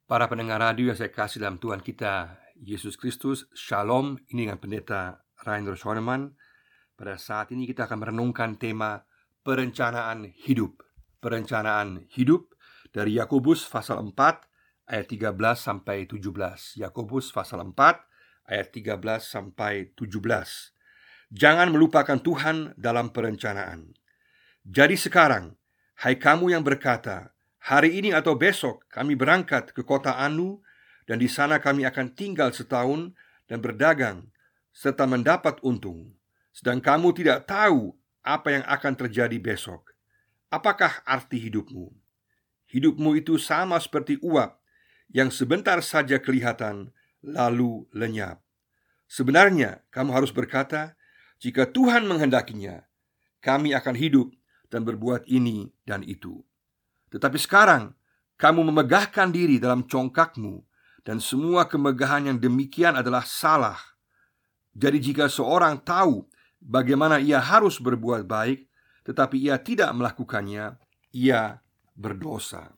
Para pendengar radio yang saya kasih dalam Tuhan kita Yesus Kristus, Shalom. Ini dengan Pendeta Rainer Schoenemann. Pada saat ini kita akan merenungkan tema perencanaan hidup. Perencanaan hidup dari Yakobus pasal 4 ayat 13 sampai 17. Yakobus pasal 4 ayat 13 sampai 17. Jangan melupakan Tuhan dalam perencanaan. Jadi sekarang, hai kamu yang berkata, hari ini atau besok kami berangkat ke kota Anu, dan di sana kami akan tinggal setahun dan berdagang serta mendapat untung. Sedang kamu tidak tahu apa yang akan terjadi besok. Apakah arti hidupmu? Hidupmu itu sama seperti uap yang sebentar saja kelihatan lalu lenyap. Sebenarnya kamu harus berkata, jika Tuhan menghendakinya, kami akan hidup dan berbuat ini dan itu. Tetapi sekarang kamu memegahkan diri dalam congkakmu, dan semua kemegahan yang demikian adalah salah. Jadi jika seorang tahu bagaimana ia harus berbuat baik, tetapi ia tidak melakukannya, ia berdosa.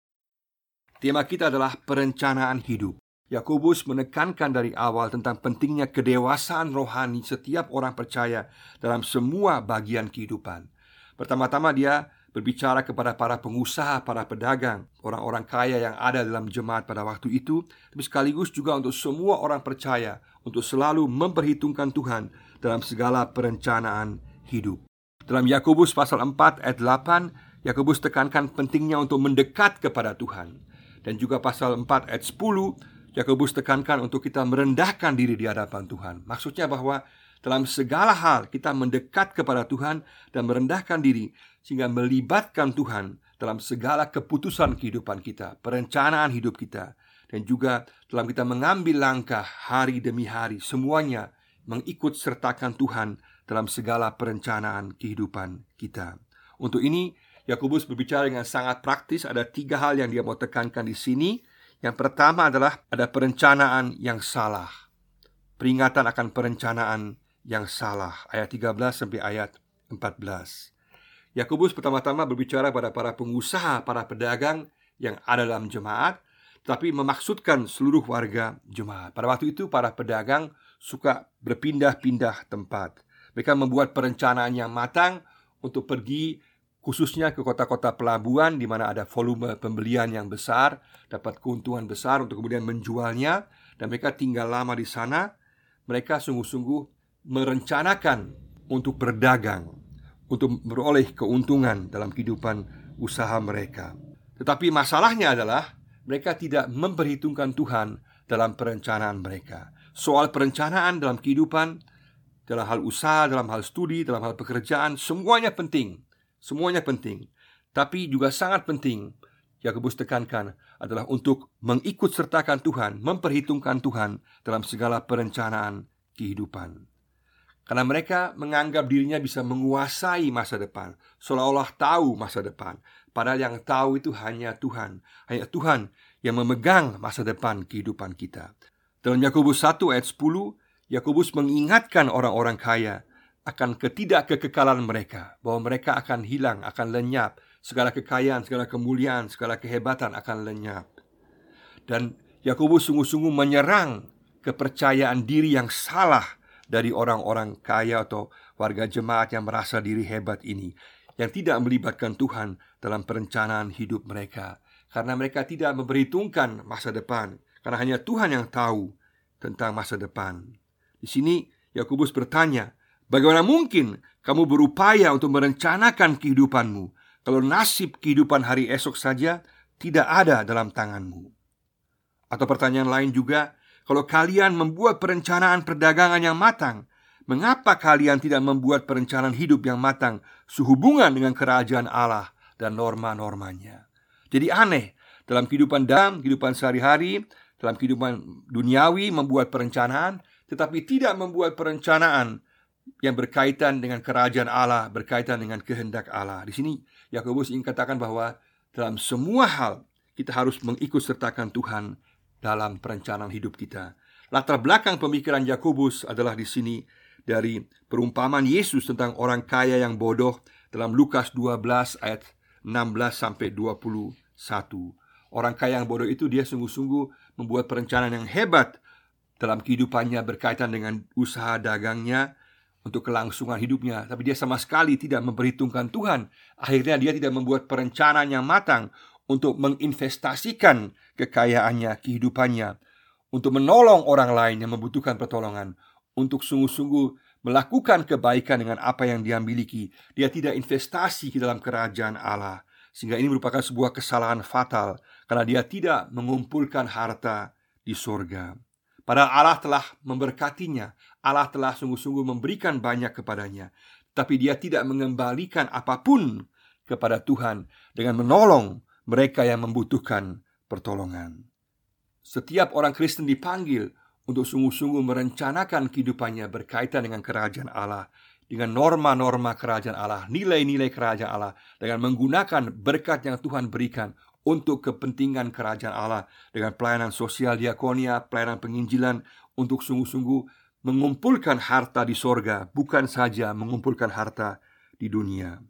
Tema kita adalah perencanaan hidup. Yakobus menekankan dari awal tentang pentingnya kedewasaan rohani setiap orang percaya dalam semua bagian kehidupan. Pertama-tama dia berbicara kepada para pengusaha, para pedagang, orang-orang kaya yang ada dalam jemaat pada waktu itu, tapi sekaligus juga untuk semua orang percaya untuk selalu memperhitungkan Tuhan dalam segala perencanaan hidup. Dalam Yakobus pasal 4 ayat 8, Yakobus tekankan pentingnya untuk mendekat kepada Tuhan. Dan juga pasal 4 ayat 10, Yakobus tekankan untuk kita merendahkan diri di hadapan Tuhan. Maksudnya bahwa dalam segala hal kita mendekat kepada Tuhan dan merendahkan diri, sehingga melibatkan Tuhan dalam segala keputusan kehidupan kita, perencanaan hidup kita, dan juga dalam kita mengambil langkah hari demi hari. Semuanya mengikut sertakan Tuhan dalam segala perencanaan kehidupan kita. Untuk ini Yakobus berbicara dengan sangat praktis. Ada 3 hal yang dia mau tekankan di sini. Yang pertama adalah ada perencanaan yang salah. Peringatan akan perencanaan yang salah. Ayat 13 sampai ayat 14. Yakobus pertama-tama berbicara pada para pengusaha, para pedagang yang ada dalam jemaat, tapi memaksudkan seluruh warga jemaat. Pada waktu itu para pedagang suka berpindah-pindah tempat. Mereka membuat perencanaan yang matang untuk pergi khususnya ke kota-kota pelabuhan di mana ada volume pembelian yang besar, dapat keuntungan besar untuk kemudian menjualnya, dan mereka tinggal lama di sana. Mereka sungguh-sungguh merencanakan untuk berdagang, untuk beroleh keuntungan dalam kehidupan usaha mereka. Tetapi masalahnya adalah mereka tidak memperhitungkan Tuhan dalam perencanaan mereka. Soal perencanaan dalam kehidupan, dalam hal usaha, dalam hal studi, dalam hal pekerjaan, semuanya penting. Semuanya penting. Tapi juga sangat penting, Yakobus tekankan, adalah untuk mengikut sertakan Tuhan, memperhitungkan Tuhan dalam segala perencanaan kehidupan. Karena mereka menganggap dirinya bisa menguasai masa depan, seolah-olah tahu masa depan. Padahal yang tahu itu hanya Tuhan. Hanya Tuhan yang memegang masa depan kehidupan kita. Dalam Yakobus 1 ayat 10, Yakobus mengingatkan orang-orang kaya akan ketidakkekekalan mereka, bahwa mereka akan hilang, akan lenyap. Segala kekayaan, segala kemuliaan, segala kehebatan akan lenyap. Dan Yakobus sungguh-sungguh menyerang kepercayaan diri yang salah dari orang-orang kaya atau warga jemaat yang merasa diri hebat ini, yang tidak melibatkan Tuhan dalam perencanaan hidup mereka, karena mereka tidak memperhitungkan masa depan, karena hanya Tuhan yang tahu tentang masa depan. Di sini Yakobus bertanya, bagaimana mungkin kamu berupaya untuk merencanakan kehidupanmu kalau nasib kehidupan hari esok saja tidak ada dalam tanganmu? Atau pertanyaan lain juga, kalau kalian membuat perencanaan perdagangan yang matang, mengapa kalian tidak membuat perencanaan hidup yang matang sehubungan dengan kerajaan Allah dan norma-normanya? Jadi aneh, dalam kehidupan sehari-hari, dalam kehidupan duniawi membuat perencanaan, tetapi tidak membuat perencanaan yang berkaitan dengan kerajaan Allah, berkaitan dengan kehendak Allah. Di sini Yakobus ingin katakan bahwa dalam semua hal kita harus mengikut sertakan Tuhan dalam perencanaan hidup kita. Latar belakang pemikiran Yakobus adalah di sini dari perumpamaan Yesus tentang orang kaya yang bodoh dalam Lukas 12 ayat 16 sampai 21. Orang kaya yang bodoh itu dia sungguh-sungguh membuat perencanaan yang hebat dalam kehidupannya berkaitan dengan usaha dagangnya untuk kelangsungan hidupnya, tapi dia sama sekali tidak memperhitungkan Tuhan. Akhirnya dia tidak membuat perencanaan yang matang untuk menginvestasikan kekayaannya, kehidupannya, untuk menolong orang lain yang membutuhkan pertolongan, untuk sungguh-sungguh melakukan kebaikan dengan apa yang dia miliki. Dia tidak investasi ke dalam kerajaan Allah, sehingga ini merupakan sebuah kesalahan fatal, karena dia tidak mengumpulkan harta di surga. Padahal Allah telah memberkatinya, Allah telah sungguh-sungguh memberikan banyak kepadanya, tapi dia tidak mengembalikan apapun kepada Tuhan dengan menolong mereka yang membutuhkan pertolongan. Setiap orang Kristen dipanggil untuk sungguh-sungguh merencanakan kehidupannya berkaitan dengan kerajaan Allah, dengan norma-norma kerajaan Allah, nilai-nilai kerajaan Allah, dengan menggunakan berkat yang Tuhan berikan untuk kepentingan kerajaan Allah, dengan pelayanan sosial diakonia, pelayanan penginjilan, untuk sungguh-sungguh mengumpulkan harta di sorga, bukan saja mengumpulkan harta di dunia.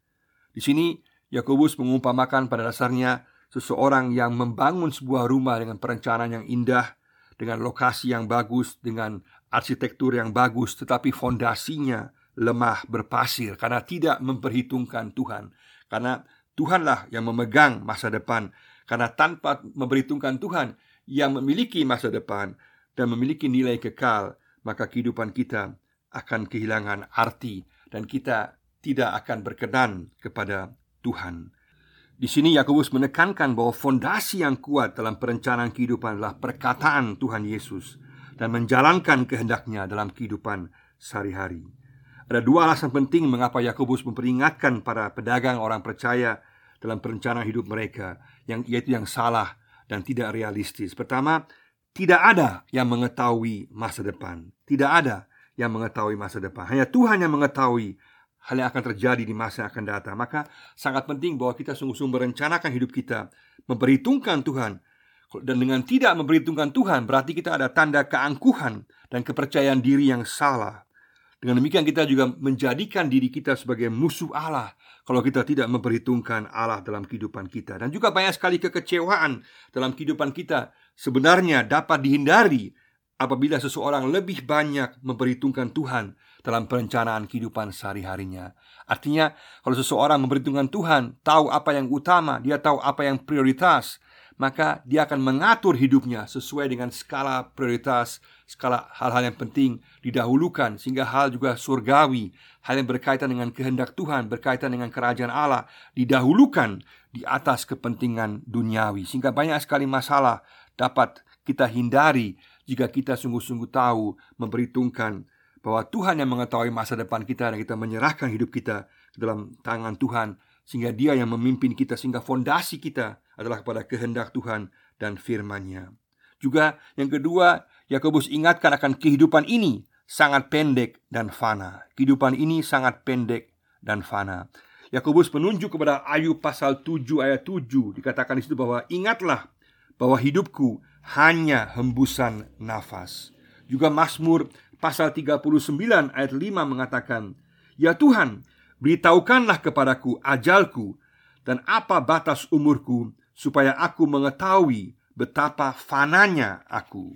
Di sini Yakobus mengumpamakan pada dasarnya seseorang yang membangun sebuah rumah dengan perencanaan yang indah, dengan lokasi yang bagus, dengan arsitektur yang bagus, tetapi fondasinya lemah, berpasir, karena tidak memperhitungkan Tuhan. Karena Tuhanlah yang memegang masa depan. Karena tanpa memperhitungkan Tuhan yang memiliki masa depan dan memiliki nilai kekal, maka kehidupan kita akan kehilangan arti dan kita tidak akan berkenan kepada Tuhan. Di sini Yakobus menekankan bahwa fondasi yang kuat dalam perencanaan kehidupan adalah perkataan Tuhan Yesus dan menjalankan kehendaknya dalam kehidupan sehari-hari. Ada dua alasan penting mengapa Yakobus memperingatkan para pedagang orang percaya dalam perencanaan hidup mereka, yaitu yang salah dan tidak realistis. Pertama, tidak ada yang mengetahui masa depan. Tidak ada yang mengetahui masa depan. Hanya Tuhan yang mengetahui hal yang akan terjadi di masa yang akan datang. Maka sangat penting bahwa kita sungguh-sungguh merencanakan hidup kita, memperhitungkan Tuhan. Dan dengan tidak memperhitungkan Tuhan, berarti kita ada tanda keangkuhan dan kepercayaan diri yang salah. Dengan demikian kita juga menjadikan diri kita sebagai musuh Allah kalau kita tidak memperhitungkan Allah dalam kehidupan kita. Dan juga banyak sekali kekecewaan dalam kehidupan kita sebenarnya dapat dihindari apabila seseorang lebih banyak memperhitungkan Tuhan dalam perencanaan kehidupan sehari-harinya. Artinya, kalau seseorang memperhitungkan Tuhan, tahu apa yang utama, dia tahu apa yang prioritas, maka dia akan mengatur hidupnya sesuai dengan skala prioritas, skala hal-hal yang penting didahulukan, sehingga hal juga surgawi, hal yang berkaitan dengan kehendak Tuhan, berkaitan dengan kerajaan Allah, didahulukan di atas kepentingan duniawi. Sehingga banyak sekali masalah dapat kita hindari jika kita sungguh-sungguh tahu, memperhitungkan bahwa Tuhan yang mengetahui masa depan kita, dan kita menyerahkan hidup kita ke dalam tangan Tuhan, sehingga Dia yang memimpin kita, sehingga fondasi kita adalah kepada kehendak Tuhan dan firman-Nya. Juga yang kedua, Yakobus ingatkan akan kehidupan ini sangat pendek dan fana. Kehidupan ini sangat pendek dan fana. Yakobus menunjuk kepada Ayub pasal 7 ayat 7. Dikatakan di situ bahwa ingatlah bahwa hidupku hanya hembusan nafas. Juga Mazmur pasal 39 ayat 5 mengatakan, ya Tuhan, beritahukanlah kepadaku ajalku dan apa batas umurku, supaya aku mengetahui betapa fananya aku.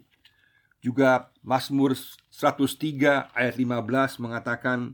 Juga Mazmur 103 ayat 15 mengatakan,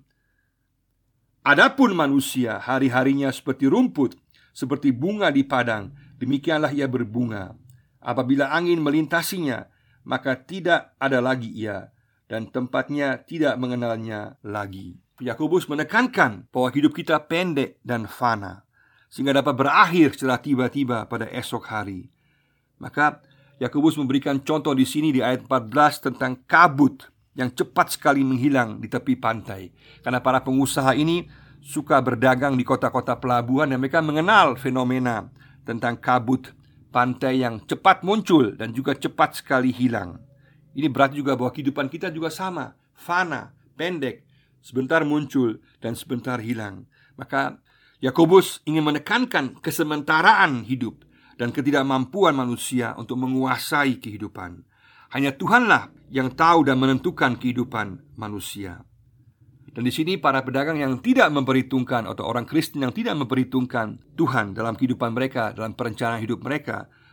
adapun manusia hari-harinya seperti rumput, seperti bunga di padang, demikianlah ia berbunga. Apabila angin melintasinya, maka tidak ada lagi ia, dan tempatnya tidak mengenalnya lagi. Yakobus menekankan bahwa hidup kita pendek dan fana, sehingga dapat berakhir secara tiba-tiba pada esok hari. Maka Yakobus memberikan contoh di sini di ayat 14 tentang kabut yang cepat sekali menghilang di tepi pantai. Karena para pengusaha ini suka berdagang di kota-kota pelabuhan, dan mereka mengenal fenomena tentang kabut pantai yang cepat muncul dan juga cepat sekali hilang. Ini berarti juga bahwa kehidupan kita juga sama, fana, pendek, sebentar muncul dan sebentar hilang. Maka Yakobus ingin menekankan kesementaraan hidup dan ketidakmampuan manusia untuk menguasai kehidupan. Hanya Tuhanlah yang tahu dan menentukan kehidupan manusia. Dan di sini para pedagang yang tidak memperhitungkan, atau orang Kristen yang tidak memperhitungkan Tuhan dalam kehidupan mereka, dalam perencanaan hidup mereka,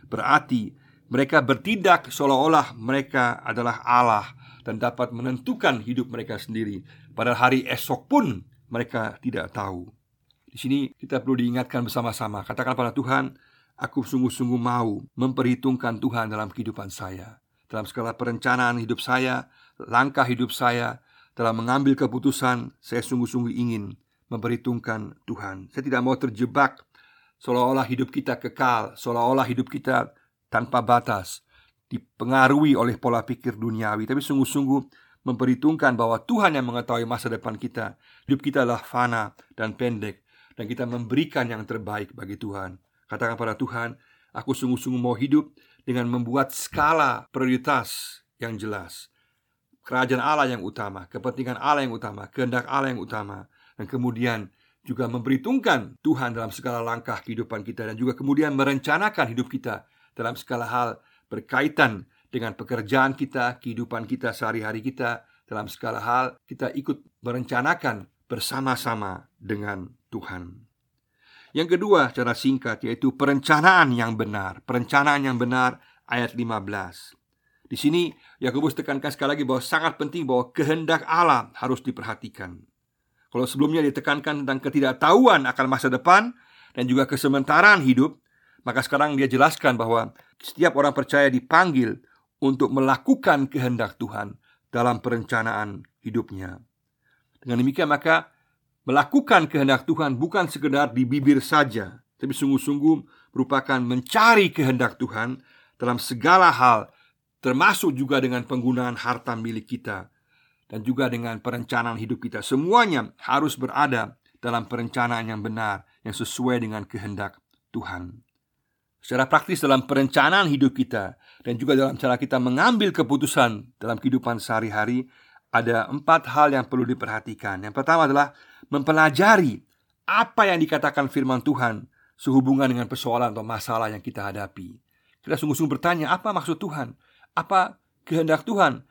Berarti mereka bertindak seolah-olah mereka adalah Allah dan dapat menentukan hidup mereka sendiri. Pada hari esok pun mereka tidak tahu. Di sini kita perlu diingatkan bersama-sama. Katakan pada Tuhan, aku sungguh-sungguh mau memperhitungkan Tuhan dalam kehidupan saya, dalam segala perencanaan hidup saya, langkah hidup saya. Dalam mengambil keputusan, saya sungguh-sungguh ingin memperhitungkan Tuhan. Saya tidak mau terjebak seolah-olah hidup kita kekal, seolah-olah hidup kita tanpa batas, dipengaruhi oleh pola pikir duniawi. Tapi sungguh-sungguh memperhitungkan bahwa Tuhan yang mengetahui masa depan kita. Hidup kita adalah fana dan pendek, dan kita memberikan yang terbaik bagi Tuhan. Katakan pada Tuhan, aku sungguh-sungguh mau hidup dengan membuat skala prioritas yang jelas. Kerajaan Allah yang utama, kepentingan Allah yang utama, kehendak Allah yang utama. Dan kemudian juga memperhitungkan Tuhan dalam segala langkah kehidupan kita. Dan juga kemudian merencanakan hidup kita dalam segala hal berkaitan dengan pekerjaan kita, kehidupan kita, sehari-hari kita. Dalam segala hal kita ikut merencanakan bersama-sama dengan Tuhan. Yang kedua, secara singkat, yaitu perencanaan yang benar. Perencanaan yang benar, ayat 15. Di sini Yakobus tekankan sekali lagi bahwa sangat penting bahwa kehendak Allah harus diperhatikan. Kalau sebelumnya ditekankan tentang ketidaktahuan akan masa depan dan juga kesementaraan hidup, maka sekarang dia jelaskan bahwa setiap orang percaya dipanggil untuk melakukan kehendak Tuhan dalam perencanaan hidupnya. Dengan demikian maka melakukan kehendak Tuhan bukan sekedar di bibir saja, tapi sungguh-sungguh merupakan mencari kehendak Tuhan dalam segala hal, termasuk juga dengan penggunaan harta milik kita dan juga dengan perencanaan hidup kita. Semuanya harus berada dalam perencanaan yang benar, yang sesuai dengan kehendak Tuhan. Secara praktis dalam perencanaan hidup kita dan juga dalam cara kita mengambil keputusan dalam kehidupan sehari-hari, ada 4 hal yang perlu diperhatikan. Yang pertama adalah mempelajari apa yang dikatakan firman Tuhan sehubungan dengan persoalan atau masalah yang kita hadapi. Kita sungguh-sungguh bertanya, apa maksud Tuhan? Apa kehendak Tuhan?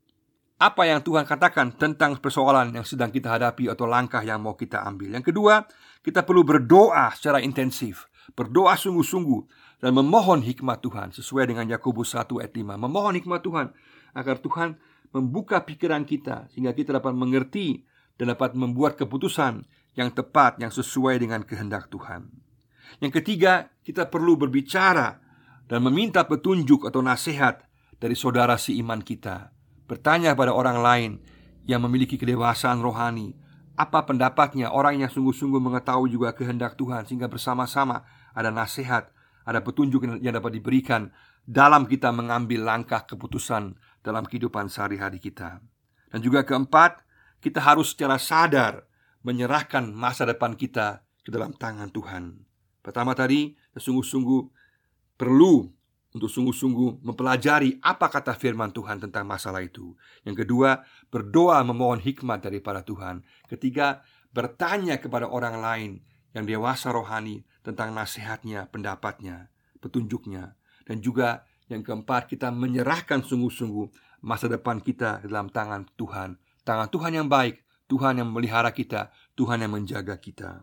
Apa yang Tuhan katakan tentang persoalan yang sedang kita hadapi atau langkah yang mau kita ambil. Yang kedua, kita perlu berdoa secara intensif, berdoa sungguh-sungguh dan memohon hikmat Tuhan sesuai dengan Yakobus 1 ayat 5. Memohon hikmat Tuhan agar Tuhan membuka pikiran kita sehingga kita dapat mengerti dan dapat membuat keputusan yang tepat, yang sesuai dengan kehendak Tuhan. Yang ketiga, kita perlu berbicara dan meminta petunjuk atau nasihat dari saudara seiman kita. Bertanya pada orang lain yang memiliki kedewasaan rohani, apa pendapatnya, orang yang sungguh-sungguh mengetahui juga kehendak Tuhan, sehingga bersama-sama ada nasihat, ada petunjuk yang dapat diberikan dalam kita mengambil langkah keputusan dalam kehidupan sehari-hari kita. Dan juga keempat, kita harus secara sadar menyerahkan masa depan kita ke dalam tangan Tuhan. Pertama tadi, sungguh-sungguh perlu untuk sungguh-sungguh mempelajari apa kata firman Tuhan tentang masalah itu. Yang kedua, berdoa memohon hikmat daripada Tuhan. Ketiga, bertanya kepada orang lain yang dewasa rohani tentang nasihatnya, pendapatnya, petunjuknya. Dan juga yang keempat, kita menyerahkan sungguh-sungguh masa depan kita dalam tangan Tuhan. Tangan Tuhan yang baik, Tuhan yang memelihara kita, Tuhan yang menjaga kita.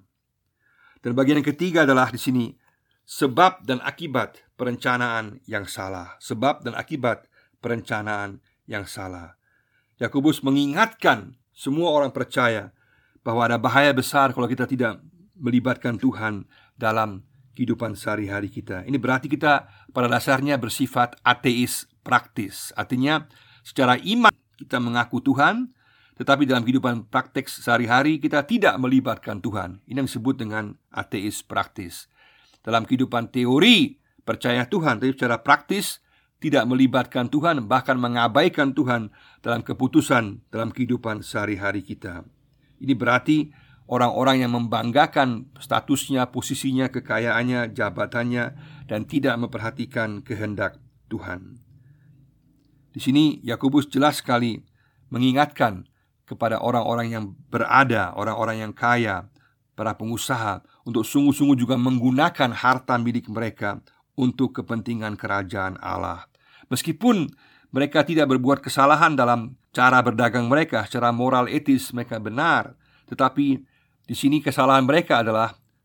Dan bagian yang ketiga adalah di sini sebab dan akibat perencanaan yang salah. Sebab dan akibat perencanaan yang salah. Yakobus mengingatkan semua orang percaya bahwa ada bahaya besar kalau kita tidak melibatkan Tuhan dalam kehidupan sehari-hari kita. Ini berarti kita pada dasarnya bersifat ateis praktis. Artinya secara iman kita mengaku Tuhan, tetapi dalam kehidupan praktek sehari-hari kita tidak melibatkan Tuhan. Ini yang disebut dengan ateis praktis. Dalam kehidupan teori percaya Tuhan, tapi secara praktis tidak melibatkan Tuhan, bahkan mengabaikan Tuhan dalam keputusan dalam kehidupan sehari-hari kita. Ini berarti orang-orang yang membanggakan statusnya, posisinya, kekayaannya, jabatannya, dan tidak memperhatikan kehendak Tuhan. Di sini Yakobus jelas sekali mengingatkan kepada orang-orang yang berada, orang-orang yang kaya, para pengusaha, untuk sungguh-sungguh juga menggunakan harta milik mereka untuk kepentingan kerajaan Allah. Meskipun mereka tidak berbuat kesalahan dalam cara berdagang mereka, secara moral etis mereka benar, tetapi di sini kesalahan mereka adalah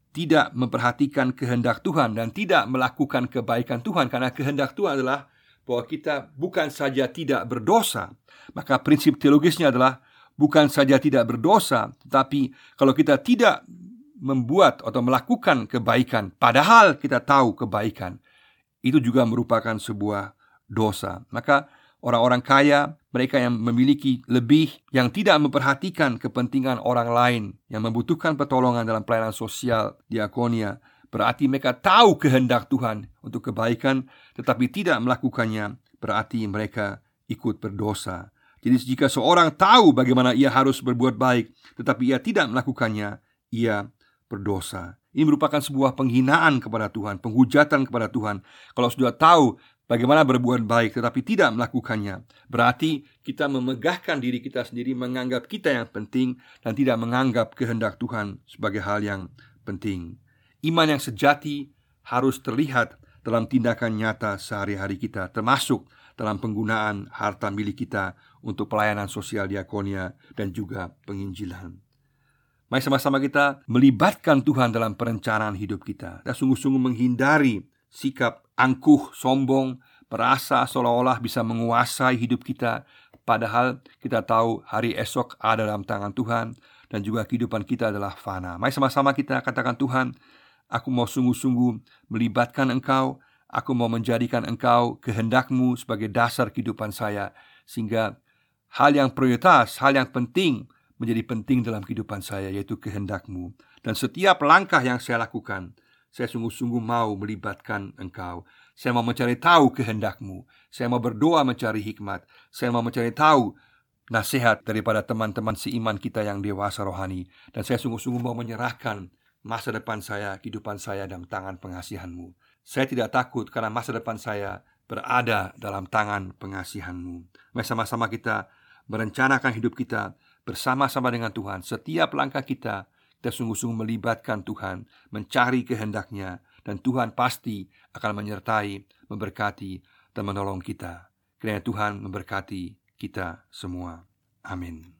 tidak memperhatikan kehendak Tuhan dan tidak melakukan kebaikan Tuhan, karena kehendak Tuhan adalah bahwa kita bukan saja tidak berdosa. Maka prinsip teologisnya adalah bukan saja tidak berdosa, tetapi kalau kita tidak membuat atau melakukan kebaikan padahal kita tahu kebaikan, itu juga merupakan sebuah dosa. Maka orang-orang kaya, mereka yang memiliki lebih, yang tidak memperhatikan kepentingan orang lain, yang membutuhkan pertolongan dalam pelayanan sosial diakonia, berarti mereka tahu kehendak Tuhan untuk kebaikan, tetapi tidak melakukannya, berarti mereka ikut berdosa. Jadi jika seorang tahu bagaimana ia harus berbuat baik, tetapi ia tidak melakukannya, ia berdosa. Ini merupakan sebuah penghinaan kepada Tuhan, penghujatan kepada Tuhan. Kalau sudah tahu bagaimana berbuat baik tetapi tidak melakukannya, berarti kita memegahkan diri kita sendiri, menganggap kita yang penting dan tidak menganggap kehendak Tuhan sebagai hal yang penting. Iman yang sejati harus terlihat dalam tindakan nyata sehari-hari kita, termasuk dalam penggunaan harta milik kita untuk pelayanan sosial diakonia dan juga penginjilan. Mari sama-sama kita melibatkan Tuhan dalam perencanaan hidup kita dan sungguh-sungguh menghindari sikap angkuh, sombong, merasa seolah-olah bisa menguasai hidup kita, padahal kita tahu hari esok ada dalam tangan Tuhan dan juga kehidupan kita adalah fana. Mari sama-sama kita katakan, Tuhan, aku mau sungguh-sungguh melibatkan Engkau, aku mau menjadikan Engkau kehendak-Mu sebagai dasar kehidupan saya, sehingga hal yang prioritas, hal yang penting menjadi penting dalam kehidupan saya, yaitu kehendak-Mu. Dan setiap langkah yang saya lakukan, saya sungguh-sungguh mau melibatkan Engkau. Saya mau mencari tahu kehendak-Mu. Saya mau berdoa mencari hikmat. Saya mau mencari tahu nasihat daripada teman-teman seiman kita yang dewasa rohani. Dan saya sungguh-sungguh mau menyerahkan masa depan saya, kehidupan saya dalam tangan pengasihan-Mu. Saya tidak takut karena masa depan saya berada dalam tangan pengasihan-Mu. Mari sama-sama kita merencanakan hidup kita bersama-sama dengan Tuhan. Setiap langkah kita sungguh-sungguh melibatkan Tuhan, mencari kehendak-Nya, dan Tuhan pasti akan menyertai, memberkati, dan menolong kita. Kiranya Tuhan memberkati kita semua. Amin.